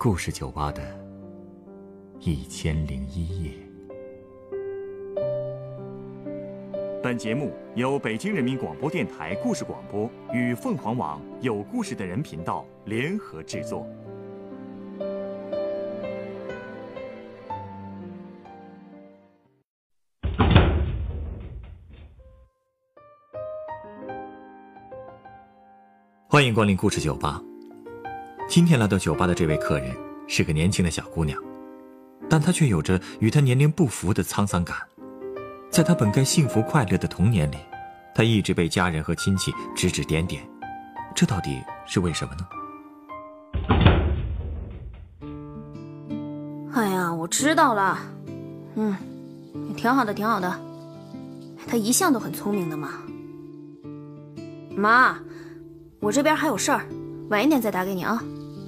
故事酒吧的1001夜。 本节目由北京人民广播电台故事广播与凤凰网有故事的人频道联合制作。 欢迎光临故事酒吧。今天来到酒吧的这位客人是个年轻的小姑娘，但她却有着与她年龄不符的沧桑感。在她本该幸福快乐的童年里，她一直被家人和亲戚指指点点，这到底是为什么呢？ 哎呀，我知道了，挺好的，挺好的。他一向都很聪明的嘛。妈，我这边还有事儿，晚一点再打给你啊。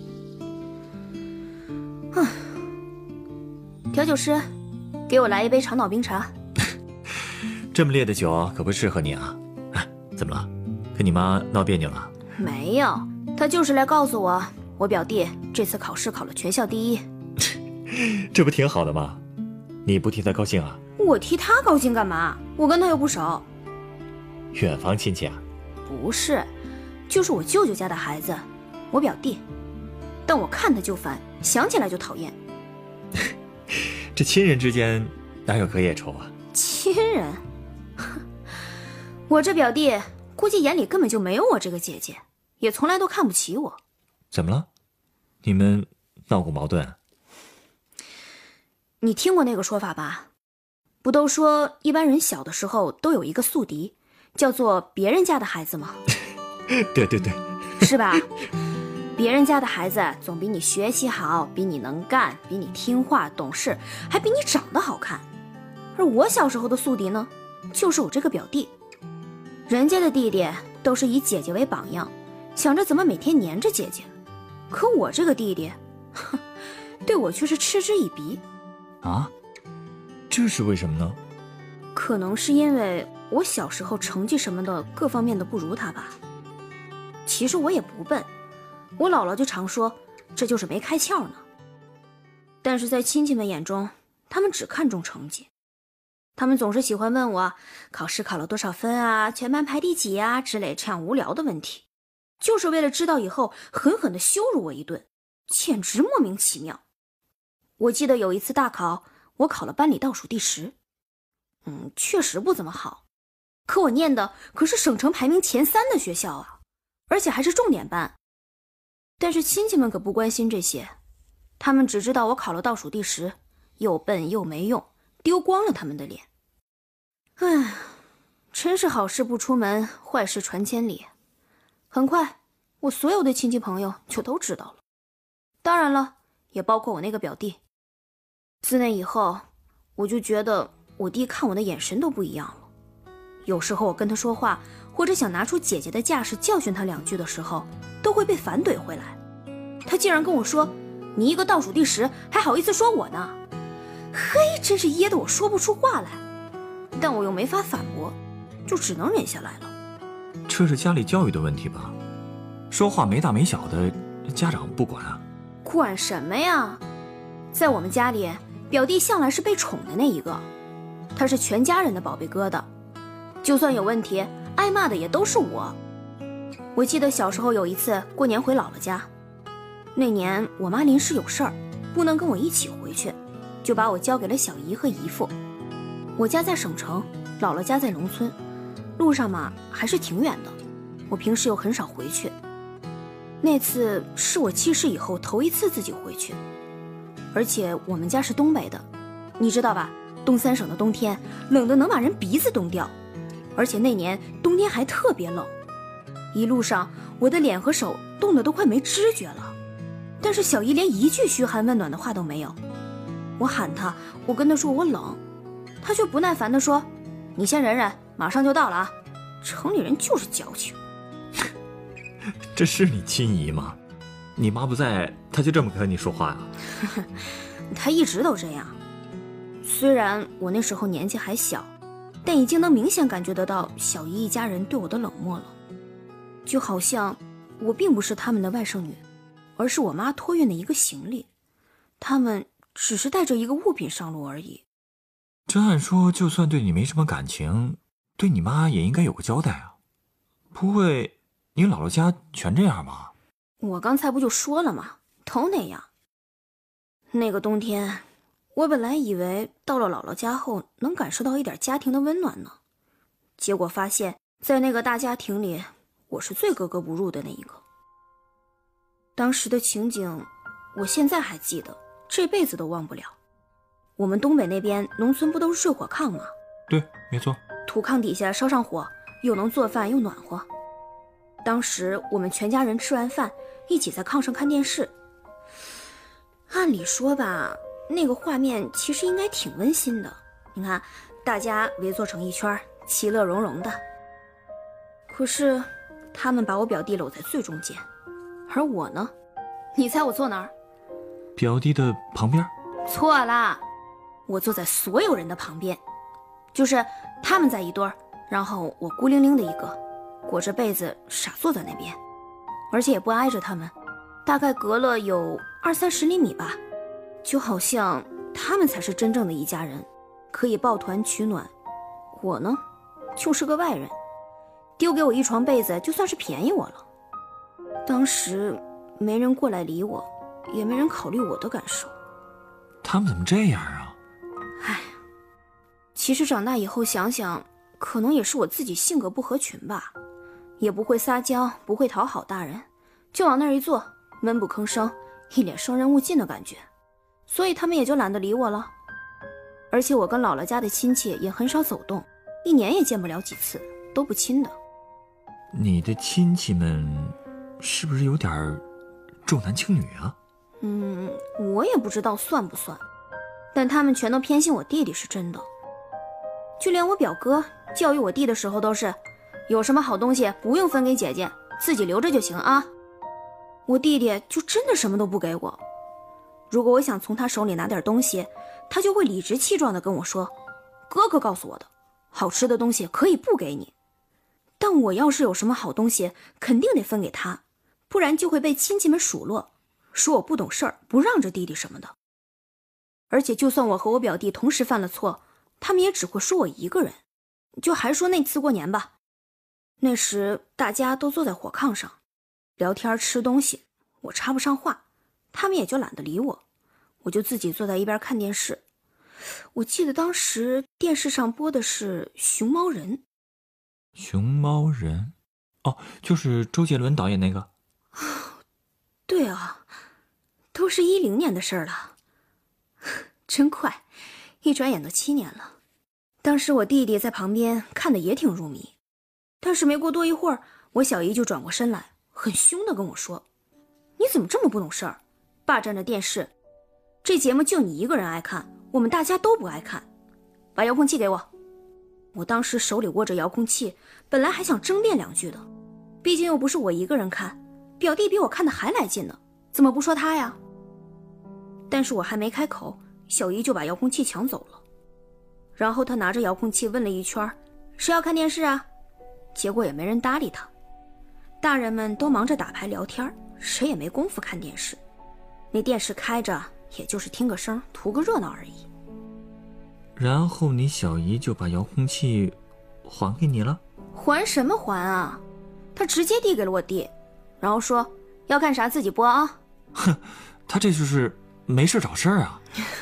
调酒师，给我来一杯长岛冰茶。 这么烈的酒可不适合你啊！怎么了？跟你妈闹别扭了？ 没有，他就是来告诉我表弟这次考试考了全校第一。 这不挺好的吗？你不替他高兴啊？ 我替他高兴干嘛？我跟他又不熟。 远房亲戚啊？ 不是，就是我舅舅家的孩子，我表弟。但我看他就烦，想起来就讨厌。 这亲人之间哪有隔夜仇啊？ 亲人？我这表弟估计眼里根本就没有我这个姐姐，也从来都看不起我。 怎么了？你们闹过矛盾？ 你听过那个说法吧？不都说一般人小的时候都有一个宿敌，叫做别人家的孩子吗？ 对， 是吧？别人家的孩子总比你学习好，比你能干，比你听话懂事，还比你长得好看。而我小时候的宿敌呢，就是我这个表弟。人家的弟弟都是以姐姐为榜样，想着怎么每天黏着姐姐，可我这个弟弟对我却是嗤之以鼻。 啊？这是为什么呢？ 可能是因为我小时候成绩什么的各方面的不如他吧。其实我也不笨，我姥姥就常说这就是没开窍呢。但是在亲戚们眼中，他们只看重成绩，他们总是喜欢问我考试考了多少分啊，全班排第几啊之类这样无聊的问题，就是为了知道以后狠狠地羞辱我一顿，简直莫名其妙。我记得有一次大考，我考了班里倒数第10，确实不怎么好，可我念的可是省城排名前3的学校啊，而且还是重点班。但是亲戚们可不关心这些，他们只知道我考了倒数第10，又笨又没用，丢光了他们的脸。唉，真是好事不出门，坏事传千里。很快，我所有的亲戚朋友就都知道了，当然了，也包括我那个表弟。自那以后，我就觉得我弟看我的眼神都不一样了。有时候我跟他说话，或者想拿出姐姐的架势教训他2句的时候，都会被反怼回来。他竟然跟我说，你一个倒数第10还好意思说我呢？嘿，真是噎得我说不出话来，但我又没法反驳，就只能忍下来了。 这是家里教育的问题吧？说话没大没小的，家长不管啊？ 管什么呀？在我们家里，表弟向来是被宠的那一个，他是全家人的宝贝疙瘩，就算有问题，挨骂的也都是我。我记得小时候有一次过年回姥姥家，那年我妈临时有事儿，不能跟我一起回去，就把我交给了小姨和姨父。我家在省城，姥姥家在农村，路上嘛还是挺远的，我平时又很少回去。那次是我记事以后头一次自己回去，而且我们家是东北的，你知道吧？东三省的冬天冷得能把人鼻子冻掉，而且那年冬天还特别冷，一路上我的脸和手冻得都快没知觉了。但是小姨连一句嘘寒问暖的话都没有。我喊她，我跟她说我冷，她却不耐烦地说，你先忍忍，马上就到了啊。城里人就是矫情。 这是你亲姨吗？你妈不在，她就这么跟你说话呀？ 她一直都这样。虽然我那时候年纪还小，但已经能明显感觉得到小姨一家人对我的冷漠了，就好像我并不是他们的外甥女， 而是我妈托运的一个行李，他们只是带着一个物品上路而已。 这按说就算对你没什么感情，对你妈也应该有个交代啊。不会你姥姥家全这样吧？ 我刚才不就说了吗？都那样。那个冬天，我本来以为到了姥姥家后能感受到一点家庭的温暖呢，结果发现在那个大家庭里，我是最格格不入的那一个。当时的情景，我现在还记得，这辈子都忘不了。我们东北那边农村不都是睡火炕吗？ 对，没错。 土炕底下烧上火，又能做饭又暖和。当时我们全家人吃完饭，一起在炕上看电视。按理说吧，那个画面其实应该挺温馨的。你看，大家围坐成一圈，其乐融融的。可是，他们把我表弟搂在最中间，而我呢？你猜我坐哪儿？ 表弟的旁边？ 错啦，我坐在所有人的旁边，就是他们在一堆儿，然后我孤零零的一个，裹着被子傻坐在那边，而且也不挨着他们，大概隔了有20-30厘米吧，就好像他们才是真正的一家人，可以抱团取暖。我呢，就是个外人，丢给我一床被子就算是便宜我了。当时没人过来理我，也没人考虑我的感受。 他们怎么这样啊？ 唉，其实长大以后想想，可能也是我自己性格不合群吧，也不会撒娇，不会讨好大人，就往那儿一坐，闷不吭声，一脸生人勿近的感觉，所以他们也就懒得理我了。而且我跟姥姥家的亲戚也很少走动，1年也见不了几次，都不亲的。 你的亲戚们是不是有点重男轻女啊？ 我也不知道算不算，但他们全都偏心我弟弟是真的。就连我表哥教育我弟的时候都是，有什么好东西不用分给姐姐，自己留着就行啊。我弟弟就真的什么都不给我，如果我想从他手里拿点东西，他就会理直气壮地跟我说，哥哥告诉我的，好吃的东西可以不给你，但我要是有什么好东西肯定得分给他，不然就会被亲戚们数落，说我不懂事儿，不让着弟弟什么的。而且就算我和我表弟同时犯了错，他们也只会说我一个人。就还说那次过年吧，那时大家都坐在火炕上聊天吃东西，我插不上话，他们也就懒得理我，我就自己坐在一边看电视。我记得当时电视上播的是熊猫人。 熊猫人？哦，就是周杰伦导演那个。 对啊，都是10年的事儿了，真快，一转眼都7年了。当时我弟弟在旁边看得也挺入迷，但是没过多一会儿，我小姨就转过身来，很凶地跟我说，你怎么这么不懂事儿，霸占着电视，这节目就你一个人爱看，我们大家都不爱看，把遥控器给我。我当时手里握着遥控器，本来还想争辩2句的，毕竟又不是我一个人看，表弟比我看的还来劲呢，怎么不说他呀？但是我还没开口，小姨就把遥控器抢走了。然后他拿着遥控器问了一圈，谁要看电视啊？结果也没人搭理他。大人们都忙着打牌聊天，谁也没工夫看电视。那电视开着，也就是听个声，图个热闹而已。 然后你小姨就把遥控器还给你了？ 还什么还啊？他直接递给了我弟，然后说要看啥自己播啊。 哼，他这就是没事找事儿啊。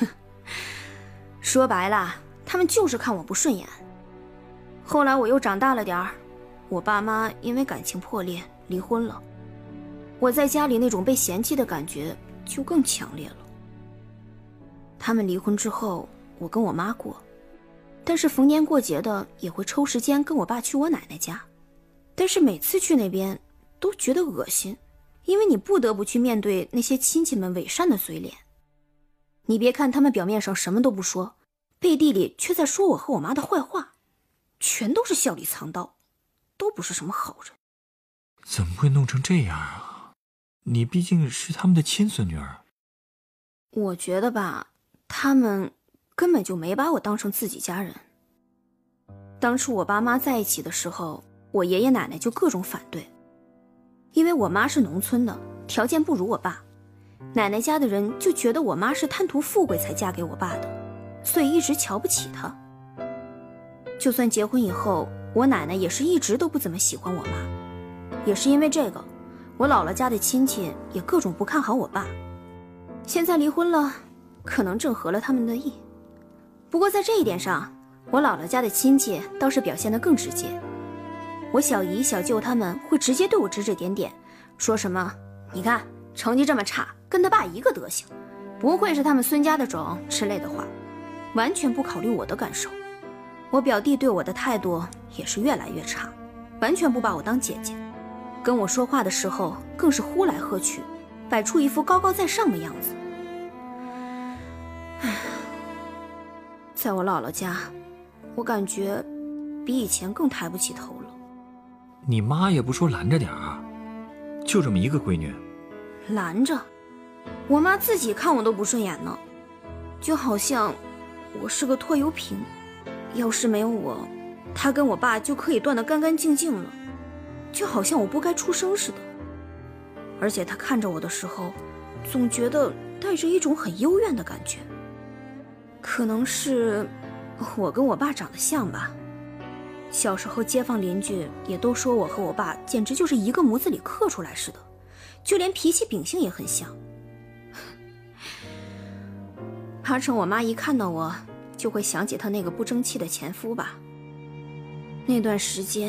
说白了，他们就是看我不顺眼。后来我又长大了点儿，我爸妈因为感情破裂离婚了，我在家里那种被嫌弃的感觉就更强烈了。他们离婚之后，我跟我妈过，但是逢年过节的也会抽时间跟我爸去我奶奶家，但是每次去那边都觉得恶心，因为你不得不去面对那些亲戚们伪善的嘴脸。你别看他们表面上什么都不说，背地里却在说我和我妈的坏话，全都是笑里藏刀，都不是什么好人。 怎么会弄成这样啊？你毕竟是他们的亲孙女儿。 我觉得吧，他们根本就没把我当成自己家人。当初我爸妈在一起的时候，我爷爷奶奶就各种反对，因为我妈是农村的，条件不如我爸， 奶奶家的人就觉得我妈是贪图富贵才嫁给我爸的，所以一直瞧不起她。就算结婚以后，我奶奶也是一直都不怎么喜欢我妈，也是因为这个，我姥姥家的亲戚也各种不看好我爸。现在离婚了，可能正合了他们的意。不过在这一点上，我姥姥家的亲戚倒是表现得更直接。我小姨、小舅他们会直接对我指指点点，说什么你看成绩这么差，跟他爸一个德行，不愧是他们孙家的种之类的话，完全不考虑我的感受。我表弟对我的态度也是越来越差，完全不把我当姐姐，跟我说话的时候更是呼来喝去，摆出一副高高在上的样子。在我姥姥家，我感觉比以前更抬不起头了。 你妈也不说拦着点儿，就这么一个闺女。 拦着？我妈自己看我都不顺眼呢，就好像我是个拖油瓶，要是没有我，她跟我爸就可以断得干干净净了，就好像我不该出生似的。而且她看着我的时候，总觉得带着一种很幽怨的感觉。可能是我跟我爸长得像吧，小时候街坊邻居也都说我和我爸简直就是一个模子里刻出来似的，就连脾气秉性也很像。八成我妈一看到我就会想起她那个不争气的前夫吧。那段时间，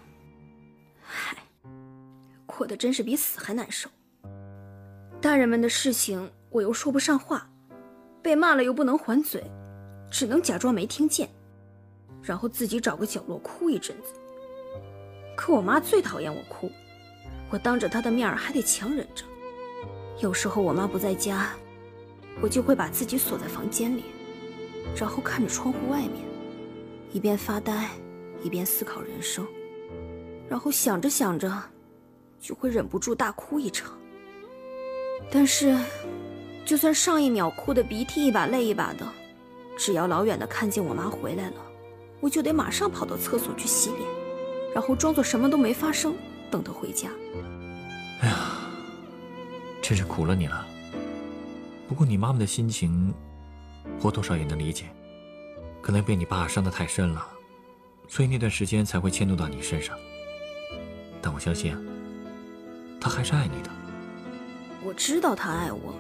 过得真是比死还难受。大人们的事情我又说不上话，被骂了又不能还嘴，只能假装没听见，然后自己找个角落哭一阵子。可我妈最讨厌我哭，我当着她的面还得强忍着。有时候我妈不在家，我就会把自己锁在房间里，然后看着窗户外面，一边发呆一边思考人生，然后想着想着就会忍不住大哭一场。但是就算上一秒哭得鼻涕一把泪一把的，只要老远的看见我妈回来了，我就得马上跑到厕所去洗脸，然后装作什么都没发生，等她回家。 哎呀，真是苦了你了。不过你妈妈的心情我多少也能理解，可能被你爸伤得太深了，所以那段时间才会迁怒到你身上。但我相信她还是爱你的。 我知道她爱我，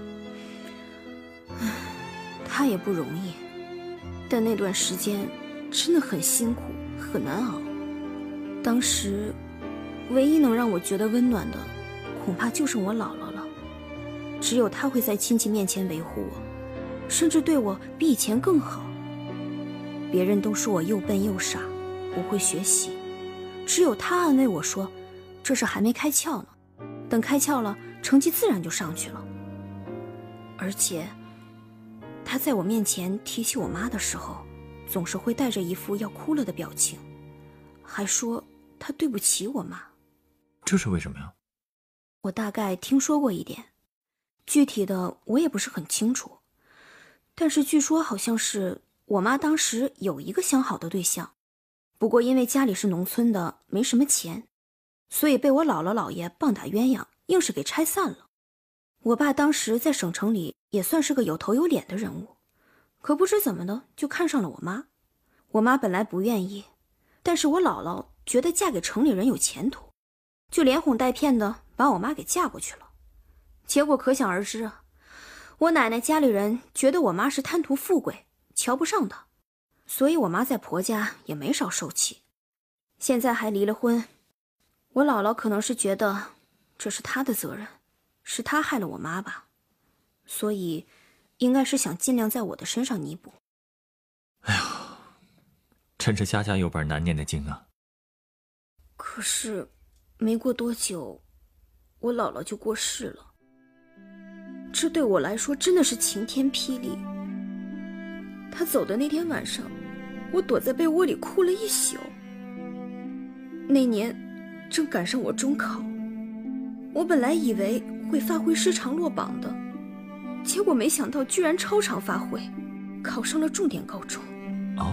她也不容易，但那段时间真的很辛苦很难熬。当时唯一能让我觉得温暖的恐怕就剩我姥姥了，只有她会在亲戚面前维护我，甚至对我比以前更好。别人都说我又笨又傻，不会学习，只有她安慰我说这是还没开窍呢，等开窍了成绩自然就上去了。而且她在我面前提起我妈的时候，总是会带着一副要哭了的表情，还说她对不起我妈。 这是为什么呀？ 我大概听说过一点，具体的我也不是很清楚，但是据说好像是我妈当时有一个相好的对象，不过因为家里是农村的，没什么钱，所以被我姥姥姥爷棒打鸳鸯，硬是给拆散了。我爸当时在省城里也算是个有头有脸的人物，可不知怎么的就看上了我妈。我妈本来不愿意，但是我姥姥觉得嫁给城里人有前途，就连哄带骗的把我妈给嫁过去了。结果可想而知啊，我奶奶家里人觉得我妈是贪图富贵，瞧不上她，所以我妈在婆家也没少受气，现在还离了婚。我姥姥可能是觉得这是她的责任，是她害了我妈吧，所以应该是想尽量在我的身上弥补。 哎呀，真是家家有本难念的经啊。 可是没过多久，我姥姥就过世了，这对我来说真的是晴天霹雳。她走的那天晚上，我躲在被窝里哭了一宿。那年正赶上我中考，我本来以为会发挥失常落榜的，结果没想到居然超常发挥，考上了重点高中。 哦，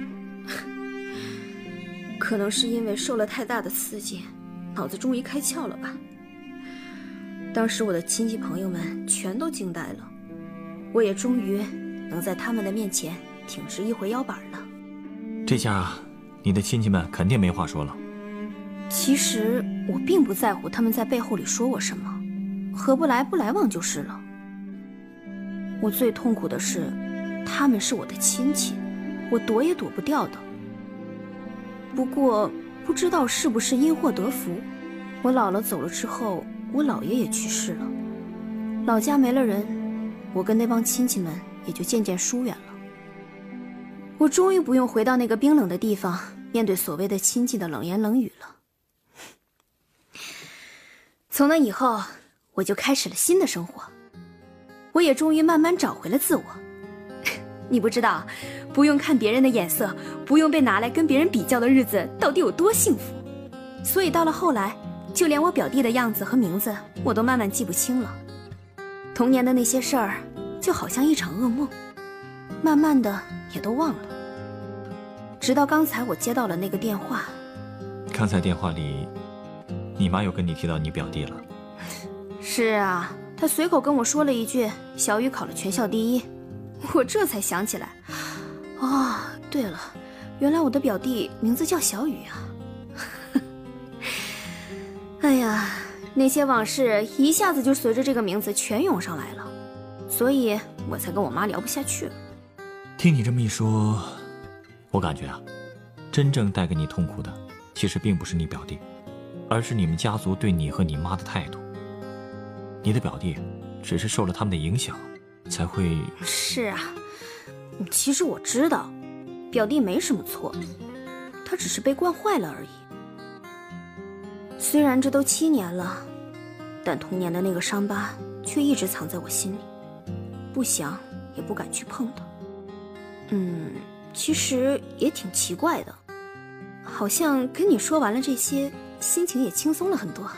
可能是因为受了太大的刺激，脑子终于开窍了吧。 当时我的亲戚朋友们全都惊呆了，我也终于能在他们的面前挺直一回腰板了。 这下你的亲戚们肯定没话说了。 其实我并不在乎他们在背后里说我什么，合不来不来往就是了。我最痛苦的是，他们是我的亲戚，我躲也躲不掉的。不过不知道是不是因祸得福，我姥姥走了之后，我姥爷也去世了，老家没了人，我跟那帮亲戚们也就渐渐疏远了。我终于不用回到那个冰冷的地方，面对所谓的亲戚的冷言冷语了。从那以后，我就开始了新的生活，我也终于慢慢找回了自我。你不知道，不用看别人的眼色，不用被拿来跟别人比较的日子到底有多幸福。所以到了后来，就连我表弟的样子和名字我都慢慢记不清了。童年的那些事儿就好像一场噩梦，慢慢的也都忘了。直到刚才我接到了那个电话。 刚才电话里你妈又跟你提到你表弟了。 是啊，她随口跟我说了一句小雨考了全校第一，我这才想起来，哦，对了，原来我的表弟名字叫小雨啊。哎呀，那些往事一下子就随着这个名字全涌上来了，所以我才跟我妈聊不下去了。 听你这么一说，我感觉啊，真正带给你痛苦的其实并不是你表弟，而是你们家族对你和你妈的态度。你的表弟只是受了他们的影响才会。 是啊，其实我知道表弟没什么错，他只是被惯坏了而已。虽然这都7年了，但童年的那个伤疤却一直藏在我心里，不想也不敢去碰它。其实也挺奇怪的，好像跟你说完了这些，心情也轻松了很多。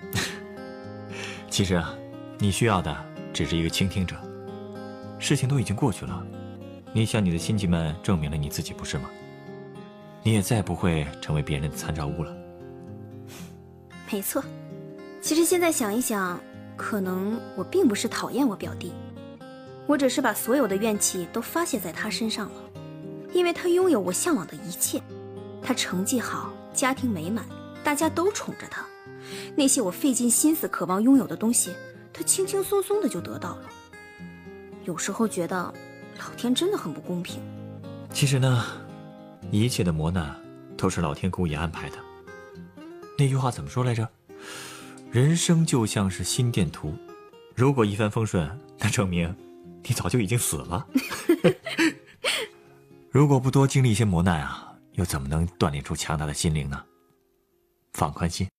其实啊，你需要的只是一个倾听者。事情都已经过去了，你向你的亲戚们证明了你自己，不是吗？你也再不会成为别人的参照物了。 没错，其实现在想一想，可能我并不是讨厌我表弟，我只是把所有的怨气都发泄在他身上了。因为他拥有我向往的一切，他成绩好，家庭美满，大家都宠着他，那些我费尽心思渴望拥有的东西，他轻轻松松的就得到了。有时候觉得老天真的很不公平。 其实呢，一切的磨难都是老天故意安排的。那句话怎么说来着？人生就像是心电图，如果一帆风顺，那证明你早就已经死了。如果不多经历一些磨难啊，又怎么能锻炼出强大的心灵呢？放宽心。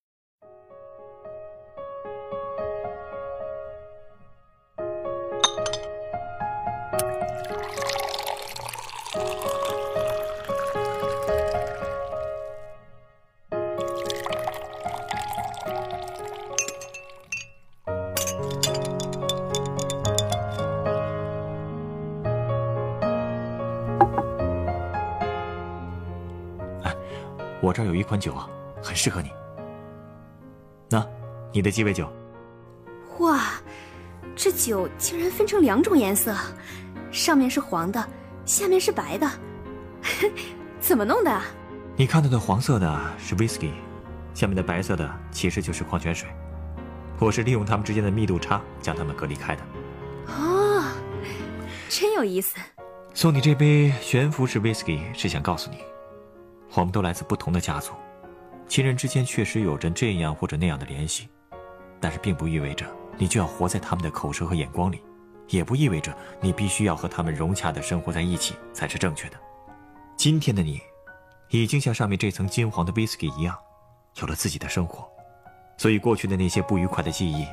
我这儿有一款酒啊，很适合你。那，你的鸡尾酒。 哇，这酒竟然分成2种颜色，上面是黄的，下面是白的，怎么弄的啊？ 你看到的黄色的是 whisky， 下面的白色的其实就是矿泉水。我是利用它们之间的密度差将它们隔离开的。 哦，真有意思。 送你这杯悬浮式 whisky 是想告诉你，我们都来自不同的家族，亲人之间确实有着这样或者那样的联系，但是并不意味着你就要活在他们的口舌和眼光里，也不意味着你必须要和他们融洽地生活在一起才是正确的。今天的你已经像上面这层金黄的 whisky 一样，有了自己的生活，所以过去的那些不愉快的记忆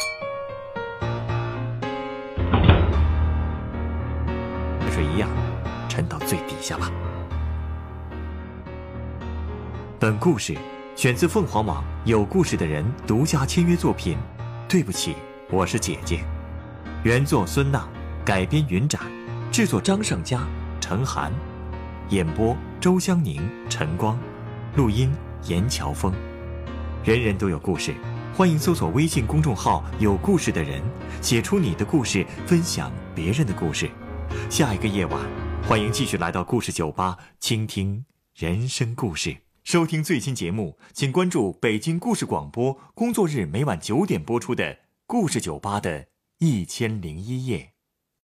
和水一样沉到最底下吧。本故事选自凤凰网有故事的人独家签约作品《对不起，我是姐姐》，原作孙娜，改编云展，制作张胜佳、陈涵，演播周香宁、陈光，录音严乔峰。人人都有故事， 欢迎搜索微信公众号“有故事的人”，写出你的故事，分享别人的故事。下一个夜晚，欢迎继续来到故事酒吧，倾听人生故事。收听最新节目，请关注北京故事广播，工作日每晚9点播出的故事酒吧的1001夜。